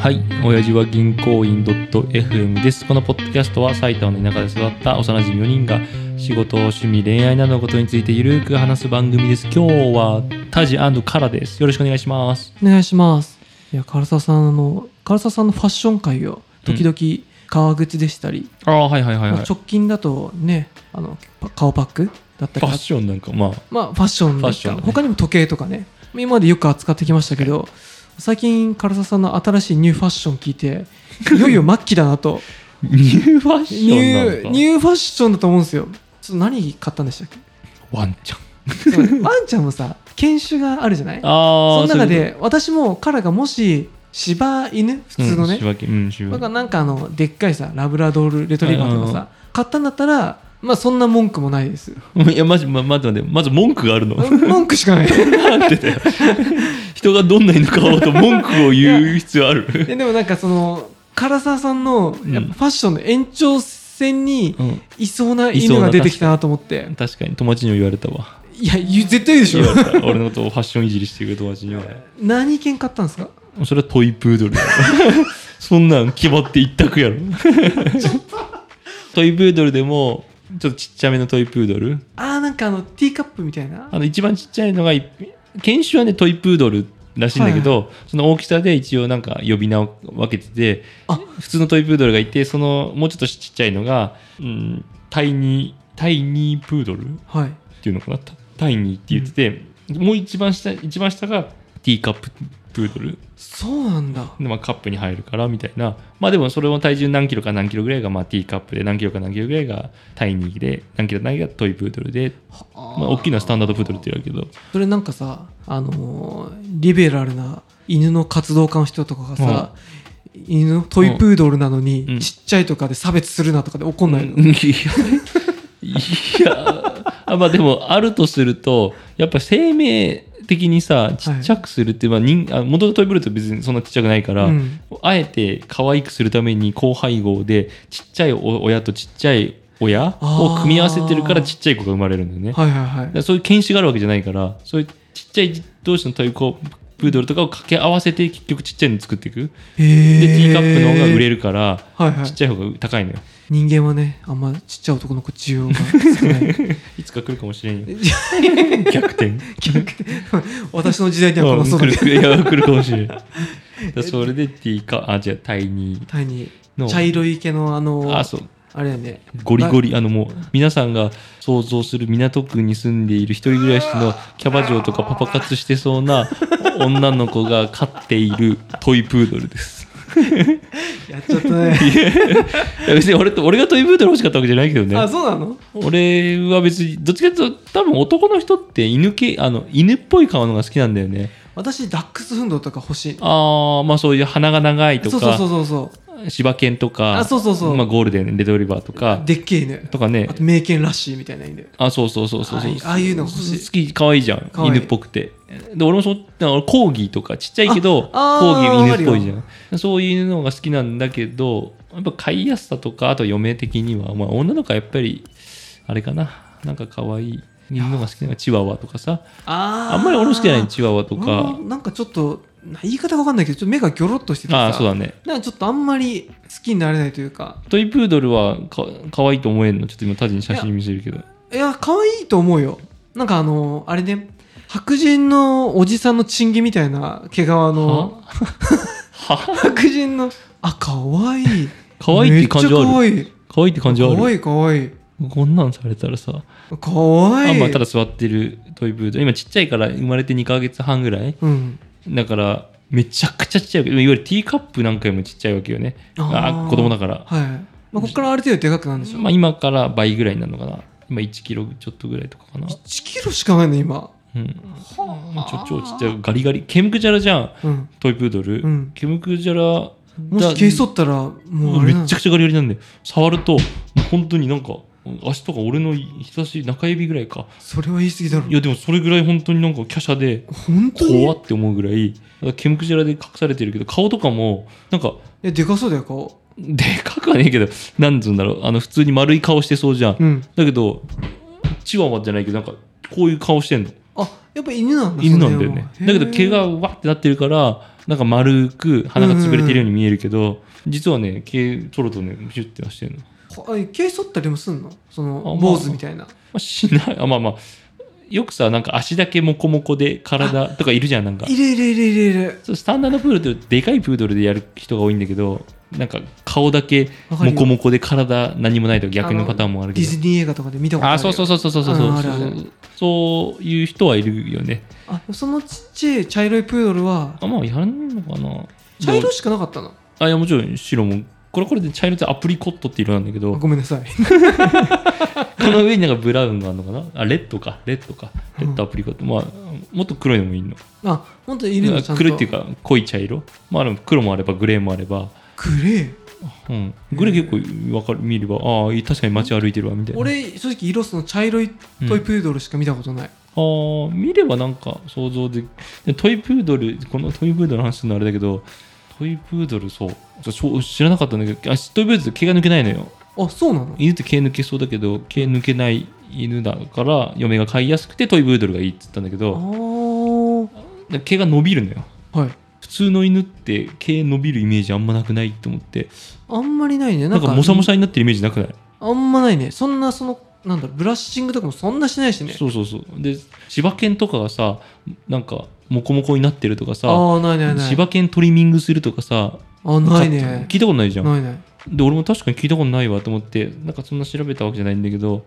はい、親父は銀行員 .fm です。このポッドキャストは埼玉の田舎で育った幼馴染4人が仕事、趣味、恋愛などのことについてゆるく話す番組です。今日はタジ&カラです。よろしくお願いします。 お願いします。いや、唐沢さんのファッション界を時々革靴でしたり、 はいはいはいはい、 直近だとね、顔パックだったり、 ファッションなんかまあファッションファッション、ね、 他にも時計とかね、今までよく扱ってきましたけど、最近唐沢さんの新しいニューファッション聞いて、いよいよ末期だなと。 ニューファッションなんかニューファッションだと思うんですよ。ちょっと何買ったんでしたっけ？ ワンちゃん。 ワンちゃんもさ、犬種があるじゃない？その中で私も彼がもし柴犬普通のね、なんかでっかいさラブラドールレトリバーとかさ買ったんだったら、まあそんな文句もないです。 いやマジ、まず文句があるの。 文句しかない。 なんでだよ。人がどんな犬買おうと文句を言う必要ある。 でもなんか唐沢さんのやっぱファッションの延長線にいそうな犬が出てきたなと思って。 確かに友達にも言われたわ。 いや絶対いいでしょ。 俺のことをファッションいじりしてくる友達には。 何犬買ったんですか？ それはトイプードル。そんなん決まって一択やろ。トイプードルでもちょっとちっちゃめのトイプードル。 なんかティーカップみたいな。 一番ちっちゃいのが犬種はねトイプードルらしいんだけど、その大きさで一応なんか呼び名を分けてて、普通のトイプードルがいて、そのもうちょっとちっちゃいのが、タイニープードル、っていうのかな、タイニーって言ってて、もう一番下がティーカッププードル。 そうなんだ。 で、カップに入るからみたいな。でもそれも体重何キロか何キロぐらいがティーカップで、何キロか何キロぐらいがタイニーで、何キロ何キロがトイプードルで、大きいのはスタンダードプードルって言うけど、 それなんかさ、リベラルな犬の活動家の人とかがさ、犬のトイプードルなのに、ちっちゃいとかで差別するなとかで怒んないの？いやでもあるとすると、やっぱ生命的にさ、ちっちゃくするっていうのは、元々トイプードルって別にそんなちっちゃくないから、あえて可愛くするために高配合でちっちゃい親とちっちゃい親を組み合わせてるからちっちゃい子が生まれるんだよね。だからそういう犬種があるわけじゃないから、そういうちっちゃい同士のトイプードルとかを掛け合わせて結局ちっちゃいの作っていく。でティーカップの方が売れるから、ちっちゃい方が高いのよ。 人間はね、あんまちっちゃい男の子需要が少ない。 いつか来るかもしれんよ。逆転。 私の時代にはこの来るかもしれん。それでタイニーの茶色い毛のそうあれやね、 ゴリゴリ、もう皆さんが想像する港区に住んでいる一人暮らしのキャバ嬢とかパパ活してそうな女の子が飼っているトイプードルです。 やっちゃったね。 いや別に俺がトイプードル欲しかったわけじゃないけどね。 そうなの？ 俺は別にどっちかというと多分男の人って犬っぽい顔のが好きなんだよね。 私ダックスフンドとか欲しい。 そういう鼻が長いとか、 そう柴犬とか、ゴールデンレトリバーとか、 でっけえ犬とかね、 あと名犬ラッシーみたいな犬。 そうああいうの欲しい。 好き、可愛いじゃん、犬っぽくて。で俺もコーギーとかちっちゃいけどコーギー犬っぽいじゃん。そういうのが好きなんだけど、やっぱ飼いやすさとか、あと嫁的には、女の子はやっぱりあれかな、なんか可愛い犬のが好きなのがチワワとかさ。あんまり俺も好きじゃないチワワとか。 なんかちょっと言い方が分かんないけど、ちょっと目がギョロッとしててさ、 そうだね。 なんかちょっとあんまり好きになれないというか。 トイプードルは可愛いと思えんの？ちょっと今タジに写真見せるけど。 いや可愛いと思うよ。なんかあれね、白人のおじさんのチンゲみたいな毛皮の白人の可愛い可愛いって感じある。可愛いって感じある。 可愛いこんなんされたらさ、 可愛い。 ただ座ってるトイプードル、今ちっちゃいから生まれて2ヶ月半ぐらい、だからめちゃくちゃちっちゃい、いわゆるティーカップなんかよりもちっちゃいわけよね。子供だから。 ここからある程度でかくなるんでしょ。 今から倍ぐらいになるのかな。今1キロちょっとぐらいとかかな。 1キロしかないの今。 超ちっちゃい、ガリガリケムクジャラじゃん、トイプードル。ケムクジャラもし毛剃ったらもうあれめちゃくちゃガリガリなんで、触るともう本当になんか足とか俺の人差し中指ぐらいか。 それは言い過ぎだろ。 いやでもそれぐらい本当になんか華奢で怖って思うぐらい。ケムクジャラで隠されてるけど、顔とかもなんかでかそうだよ。顔でかくはねえけど、なんつうんだろう、普通に丸い顔してそうじゃん、だけどチワワじゃないけどなんかこういう顔してんの。 やっぱ犬なんだ。 犬なんだよね。だけど毛がわってなってるからなんか丸く鼻が潰れてるように見えるけど、実はね毛取るとねピュッてはしてるの。 毛剃ったりもすんの？その坊主みたいな。 しない。まあよくさ、なんか足だけモコモコで体とかいるじゃん。なんかいる。 スタンダードプードルってでかいプードルでやる人が多いんだけど、なんか顔だけモコモコで体何もないとか逆のパターンもあるけど、 ディズニー映画とかで見たことある。 そうそういう人はいるよね。 そのちっちゃい茶色いプードルはまあやるのかな。 茶色しかなかったの？ いやもちろん白もこれで茶色ってアプリコットって色なんだけど、 ごめんなさいこの上になんかブラウンがあるのかな。レッドアプリコット、まあもっと黒いのもいいの。 本当にいるの？ちゃんと黒いっていうか濃い茶色、まあ黒もあればグレーもあれば。 グレー？グレー結構分かる。見れば確かに街歩いてるわみたいな。 俺正直色その茶色いトイプードルしか見たことない。 見ればなんか想像でトイプードル、このトイプードルの話するのあれだけど、トイプードル知らなかったんだけど、トイプードルって毛が抜けないのよ。 そうなの？ 犬って毛抜けそうだけど毛抜けない犬だから嫁が飼いやすくてトイプードルがいいって言ったんだけど、毛が伸びるのよ。普通の犬って毛伸びるイメージあんまなくないと思って。 あんまりないね。 なんかモサモサになってるイメージなくない？ あんまないね。そんななんだろう、ブラッシングとかもそんなしないしね。 そうで柴犬とかがさ、なんかモコモコになってるとかさ、 ない柴犬トリミングするとかさ、 ないね。 聞いたことないじゃん。 ないで俺も確かに聞いたことないわと思って、なんかそんな調べたわけじゃないんだけど、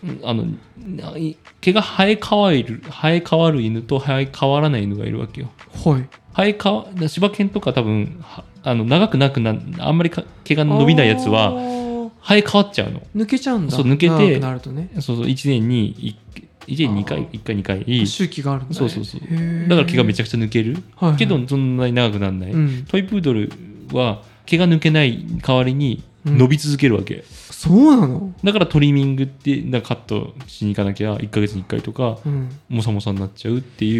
毛が生え変わる犬と生え変わらない犬がいるわけよ。柴犬とか多分長くあんまり毛が伸びないやつは生え変わっちゃうの。 抜けちゃうんだ。 抜けてなるとね。 1年に2回1回2回周期があるんだね。 そうだから毛がめちゃくちゃ抜ける、けどそんなに長くならない、トイプードルは毛が抜けない代わりに伸び続けるわけ、 そうなの？ だからトリミングってなんかカットしに行かなきゃ1ヶ月に1回とか、モサモサになっちゃうっていう。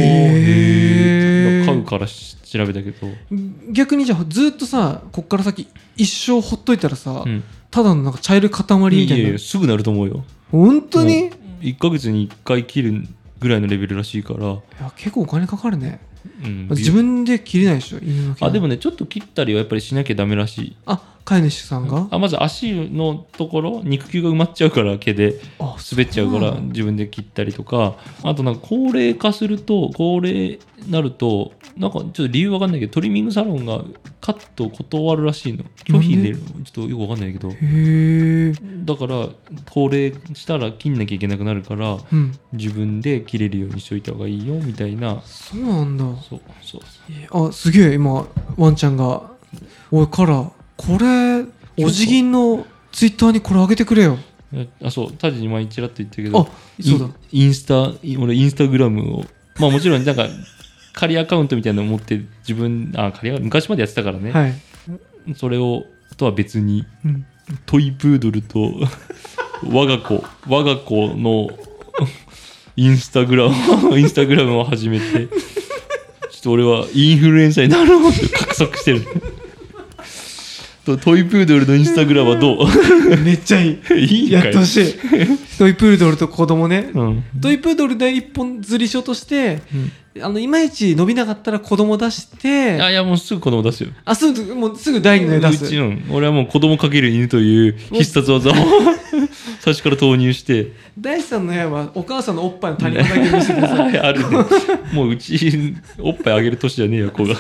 飼うから調べたけど、 逆にじゃあずっとさ、こっから先一生ほっといたらさ、ただのなんか茶色い塊みたいな。 いやすぐなると思うよ。 本当に ？1ヶ月に1回切るぐらいのレベルらしいから。いや結構お金かかるね。自分で切れないでしょ、犬の毛。 でもねちょっと切ったりはやっぱりしなきゃダメらしい。 飼い主さんが？ まず足のところ肉球が埋まっちゃうから、毛で滑っちゃうから自分で切ったりとか、あとなんか高齢になるとなんかちょっと理由わかんないけど、トリミングサロンがカットを断るらしいの。拒否でちょっとよくわかんないけど、だから高齢したら切んなきゃいけなくなるから、自分で切れるようにしといた方がいいよみたいな。 そうなんだ。 そうすげえ。今ワンちゃんがこれおじぎんのツイッターにこれ上げてくれよ。 そうタジに前ちらっと言ったけど、 そうだ、 俺インスタグラムをもちろんなんか仮アカウントみたいなのを持って自分昔までやってたからね、それをとは別に、トイプードルと我が子のインスタグラムを始めて、ちょっと俺はインフルエンサーになろうと画策してる。トイプードルのインスタグラムはどう？ めっちゃいい。やってほしい。トイプードルと子供ね、トイプードルで一本釣りしようとして、いまいち伸びなかったら子供出して、 いやもうすぐ子供出すよ。 すぐ第二の出す。 俺はもう子供かける犬という必殺技を最初から投入して。 大地さんの部屋はお母さんのおっぱいの谷間だけ見せてください。 あるね。もううちおっぱいあげる年じゃねえよ子が。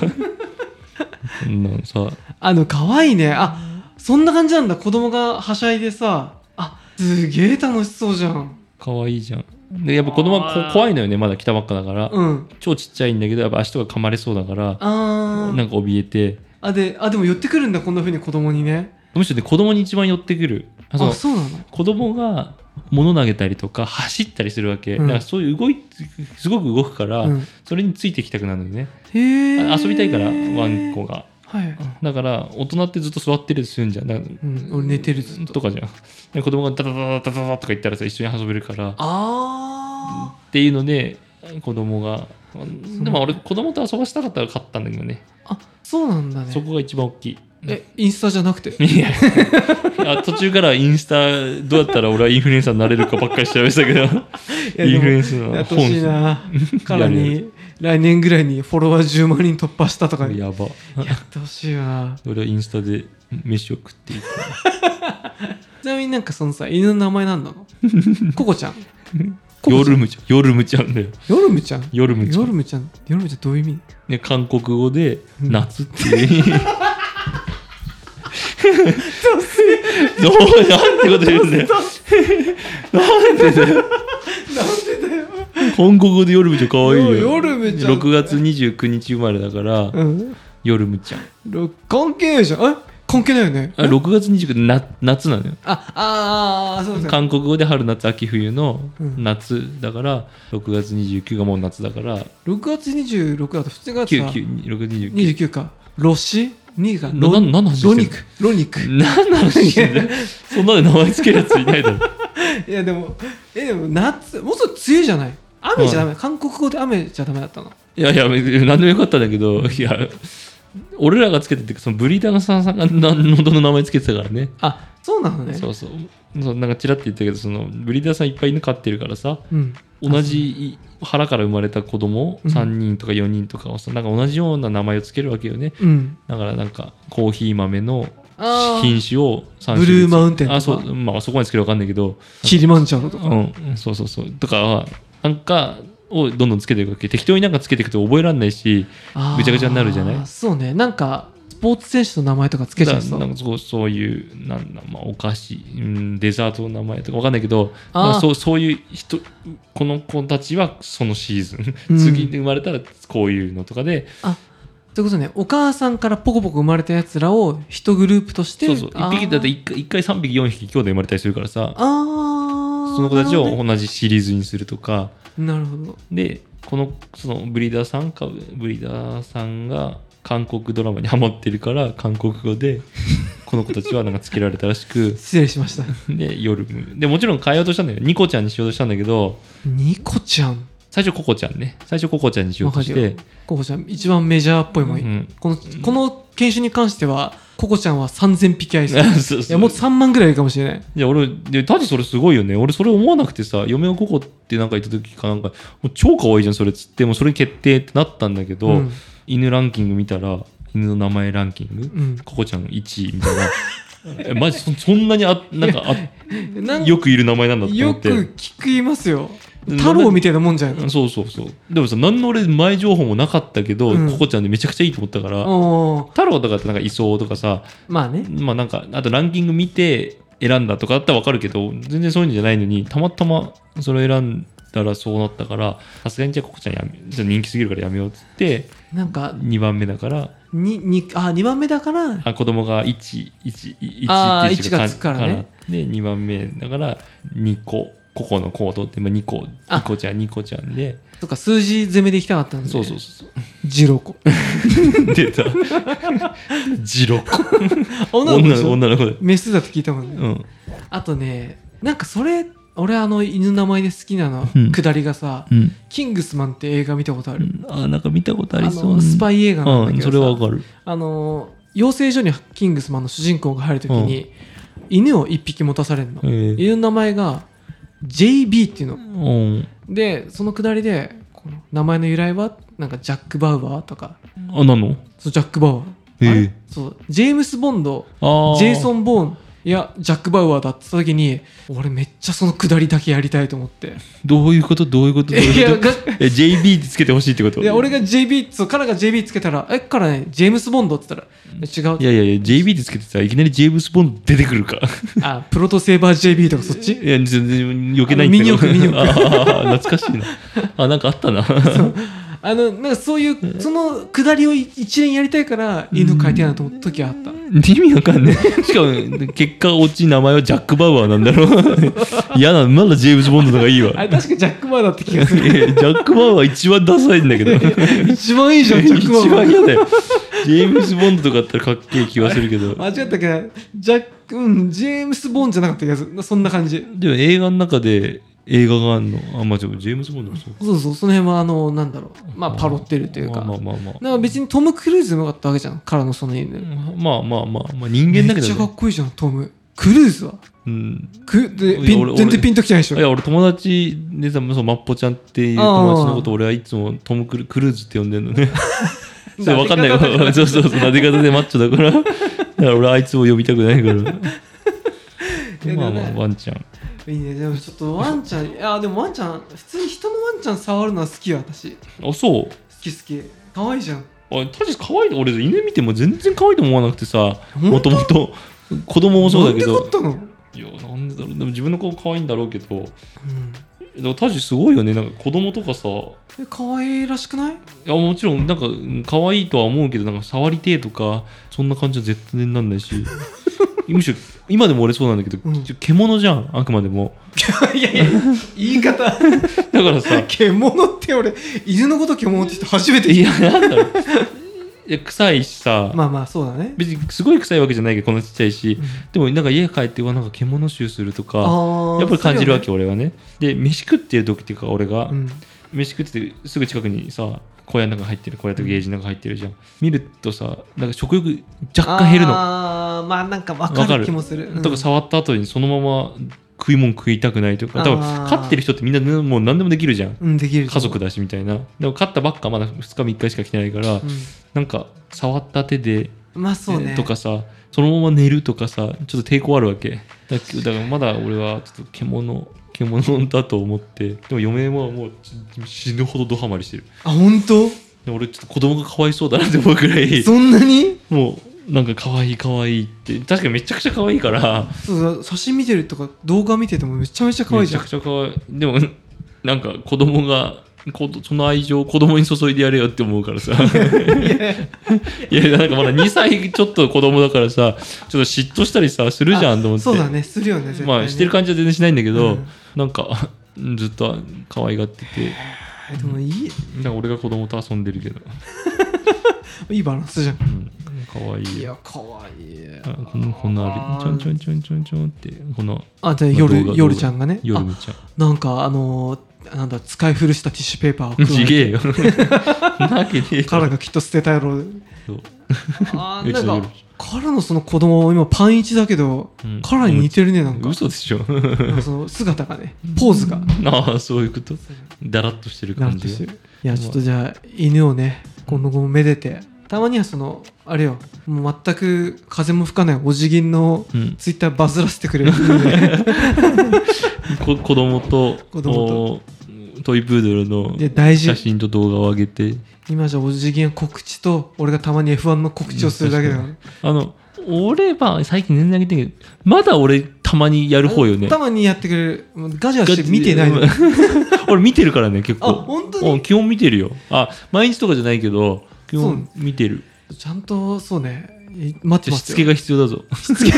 かわいいね。そんな感じなんだ。子供がはしゃいでさ、すげえ楽しそうじゃん。 かわいいじゃん。でやっぱ子供は怖いのよね。まだ来たばっかだから、超ちっちゃいんだけどやっぱ足とか噛まれそうだから、なんか怯えて。 でも寄ってくるんだ、こんな風に子供にね。 むしろね子供に一番寄ってくる。 そうなの？ 子供が物投げたりとか走ったりするわけ、だからそういうすごく動くから、それについてきたくなるんだよね。遊びたいからワンコが、だから大人ってずっと座ってるするんじゃん。 俺寝てるずっととかじゃん。で子供がダダダダダダとか言ったらさ一緒に遊べるからっていうので子供が。でも俺子供と遊ばしたかったら買ったんだけどね。 そうなんだね。 そこが一番大きい。 インスタじゃなくて？ いや途中からインスタどうやったら俺はインフルエンサーになれるかばっかり調べてたけどインフルエンサーのやってほしいな。からに来年ぐらいにフォロワー10万人突破したとかやばやってほしいわ。 俺はインスタで飯を食っていくちなみになんかそのさ犬の名前なんなのココちゃんヨルムちゃんヨルムちゃんだよ。 ヨルムちゃんヨルムちゃんヨルムちゃんヨルムちゃんどういう意味ね、韓国語で夏っていう意味、どうなんてこと言うんだよなんでだよなんでだよ韓国語でヨルムちゃんかわいいよ。 ヨルムちゃん 6月29日生まれだから、 うん、 ヨルムちゃん関係ないじゃん。関係ないよね。 6月29日夏なのよ。 そうですね。 韓国語で春夏秋冬の夏だから、6月29がもう夏だから 6月26だと7月は29か。ロシ2が何の話してんの？ ロニク何の話してんだよそんなで名前つけるやついないだろいやでも夏もうすぐ梅雨じゃない。雨じゃダメ、韓国語で雨じゃダメだったの。 いや何でもよかったんだけど、いや俺らがつけてて、そのブリーダーのさんが喉の名前つけてたからね。 そうなのね。 そうなんかチラッて言ったけど、そのブリーダーさんいっぱい犬飼ってるからさ、 うん、 同じ腹から生まれた子供3人とか4人とかをさ、なんか同じような名前をつけるわけよね、 うん、 だからなんかコーヒー豆の品種を3種類、 ブルーマウンテンとか、 そこまでつけるか分かんないけど、 キリマンジャロとか、 そうとかはなんかをどんどんつけていくわけ。適当になんかつけていくと覚えられないし、ぐちゃぐちゃになるじゃない。 そうね。なんかスポーツ選手の名前とかつけちゃう。 なんかそういうお菓子、デザートの名前とか分かんないけど、そういう人、この子たちはそのシーズン、次で生まれたらこういうのとかで。 ということね、お母さんからポコポコ生まれたやつらを一グループとして、 1匹だって1回3匹4匹兄弟生まれたりするからさ、その子たちを同じシリーズにするとか。 なるほど。 でそのブリーダーさんが韓国ドラマにハマってるから、韓国語でこの子たちはなんかつけられたらしく失礼しましたで夜でもちろん変えようとしたんだよ。ニコちゃんにしようとしたんだけど、 ニコちゃん最初ココちゃんにしようとして、 ココちゃん一番メジャーっぽいもん、この犬種に関してはココちゃんは3000匹愛するいやもっと3万ぐらいいるかもしれない。いや俺タジそれすごいよね。俺それ思わなくてさ、嫁をココってなんか言った時かなんか、もう超可愛いじゃんそれっつって、もうそれに決定ってなったんだけど、犬ランキング見たら、犬の名前ランキング、ココちゃん1位みたいなマジそんなによくいる名前なんだって思って。 よく聞きますよ。太郎みたいなもんじゃん。 そうでもさ、何の俺前情報もなかったけど、ココちゃんでめちゃくちゃいいと思ったから、太郎とかってなんかいそうとかさ、 まあね、 なんかあとランキング見て選んだとかだったら分かるけど、全然そういうんじゃないのに、たまたまそれ選んだらそうなったから、さすがにじゃあココちゃん人気すぎるからやめようっつって、なんか2番目だから 2番目だから子供が1っていうがつくからね。 で2番目だから2個、ココのコを取って2個ちゃんで、 とか数字攻めでいきたかったんで。 そうジロコ出たジロコ女の子でメスだって聞いたもんね、あとね、なんかそれ俺犬名前で好きなのくだりがさ、キングスマンって映画見たことある？ なんか見たことありそう。 スパイ映画なんだけどさ、 それはわかる。 養成所にキングスマンの主人公が入るときに、犬を1匹持たされるの。犬の名前が JB っていうの、でそのくだりでこの名前の由来はなんかジャック・バウアーとか。 なの？ そう、ジャック・バウアー、そうジェームス・ボンド、ジェイソン・ボーン、いやジャック・バウアーだって言った時に、俺めっちゃそのくだりだけやりたいと思って。 どういうことJB ってつけてほしいってこと？ いや俺が JB、そう、彼が JB つけたら、からねジェームス・ボンドって言ったら違う。 いや JB ってつけてさ、いきなりジェームス・ボンド出てくるかプロトセーバー JB とかそっち？ いや全然避けないんだけど。 ミニオク懐かしいな。なんかあったな。 なんかそういうそのくだりを一連やりたいから犬飼いたいなと思った時はあった。 意味わかんない。しかも結果落ち名前はジャック・バウアーなんだろう。嫌な、まだジェームズ・ボンドとかいいわ。 確かにジャック・バウアーだって気がする。 ジャック・バウアー一番ダサいんだけど。 一番いいじゃん、ジャック・バウアー。 一番嫌だよ。ジェームズ・ボンドとかだったらかっけえ気がするけど。 間違ったっけ？ジェームス・ボンドじゃなかった気がする。そんな感じ。 でも映画の中で映画があるの、ジェームズ・ボンドもそう、その辺はなんだろう、パロってるというか、なんか別にトム・クルーズもよかったわけじゃん、からのその犬。 人間だけど、ね、 めっちゃかっこいいじゃん、トム・クルーズは全然ピンときてないでしょ。 いや俺友達でさマッポちゃんっていう友達のこと俺はいつもトムクルーズって呼んでんのねそれ分かんないよそうなで方でマッチョだからだから俺あいつを呼びたくないからまあワンちゃんいいね。でもちょっとワンちゃんでもワンちゃん普通に人のワンちゃん触るのは好きよ私。 あそう好き可愛いじゃん。 確かに可愛い。俺犬見ても全然可愛いと思わなくてさもともと子供もそうだけどなんで買ったの？ いやなんでだろう。でも自分の子可愛いんだろうけど、でもタジすごいよね。なんか子供とかさ可愛いらしくない？いやもちろんなんか可愛いとは思うけどなんか触りてえとかそんな感じは絶対なんないしむしろ今でも俺そうなんだけど、獣じゃんあくまでもいや言い方だからさ獣って俺犬のこと獣って人初めていやなんだろういや臭いしさまあそうだね。 別にすごい臭いわけじゃないけどこんなちっちゃいし、でもなんか家帰ってはなんか獣臭するとかやっぱり感じるわけ、俺はね。で飯食ってる時っていうか俺が、飯食っててすぐ近くにさ小屋の中入ってる小屋とゲージの中入ってるじゃん。見るとさなんか食欲若干減るの。 まあなんか分かる気もする。 とか触った後にそのまま食い物食いたくないとか多分飼ってる人ってみんなもう何でもできるじゃん、 できる家族だしみたいな。でも飼ったばっかまだ2日3日しか来てないから、なんか触った手で、 そうね、 とかさそのまま寝るとかさちょっと抵抗あるわけだからまだ俺はちょっと獣だと思って。でも嫁はもう死ぬほどドハマりしてる。 本当？ で俺ちょっと子供がかわいそうだなって思うくらいそんなにもうなんか可愛いって確かにめちゃくちゃ可愛いからそう写真見てるとか動画見ててもめちゃめちゃ可愛いじゃん。 めちゃくちゃ可愛い。でもなんか子供がその愛情を子供に注いでやれよって思うからさいやなんかまだ2歳ちょっと子供だからさちょっと嫉妬したりさするじゃんと思って。 そうだねするよね絶対ね。 まあしてる感じは全然しないんだけど、なんかずっと可愛がってて。 でもいいなんか俺が子供と遊んでるけどいいバランスじゃん。 かわいい。 いやかわいい。 こんなちょんちょんってこのじゃあ夜ちゃんがね夜ちゃんなんかなんだ使い古したティッシュペーパーをちげえよなけねえカラがきっと捨てたやろ。なんかカラのその子供今パン1だけど、カラに似てるね。なんか嘘でしょその姿がねポーズがそういうことだらっとしてる感じ。 いやちょっとじゃあ犬をね今後もめでてたまにはあれよもう全く風も吹かないお辞儀のツイッターバズらせてくれる、 子供とトイプードルの写真と動画を上げて今じゃお辞儀の告知と俺がたまに F1 の告知をするだけだから俺は最近全然上げてるけどまだ俺たまにやる方よね。 たまにやってくれる。ガジャして見てないの俺見てるからね結構。 本当に基本見てるよ。毎日とかじゃないけど基本見てる。 ちゃんとそうね待ってますよ。 しつけが必要だぞ二人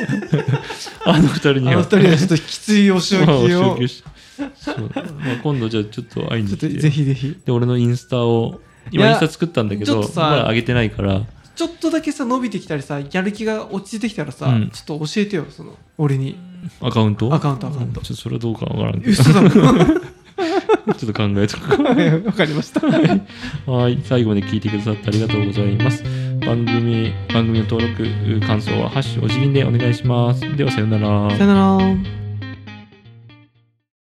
にははちょっときついお仕置きを今度じゃあちょっと会いに来てぜひぜひ。 で俺のインスタを今インスタ作ったんだけどまだ上げてないからちょっとだけさ伸びてきたりさやる気が落ち着いてきたらさ、ちょっと教えてよ俺にアカウントちょっとそれはどうかわからんけど嘘だろちょっと考えとくわかりましたはい最後まで聞いてくださってありがとうございます。番組の登録感想はハッシュお辞儀でお願いします。ではさよなら。 さよなら。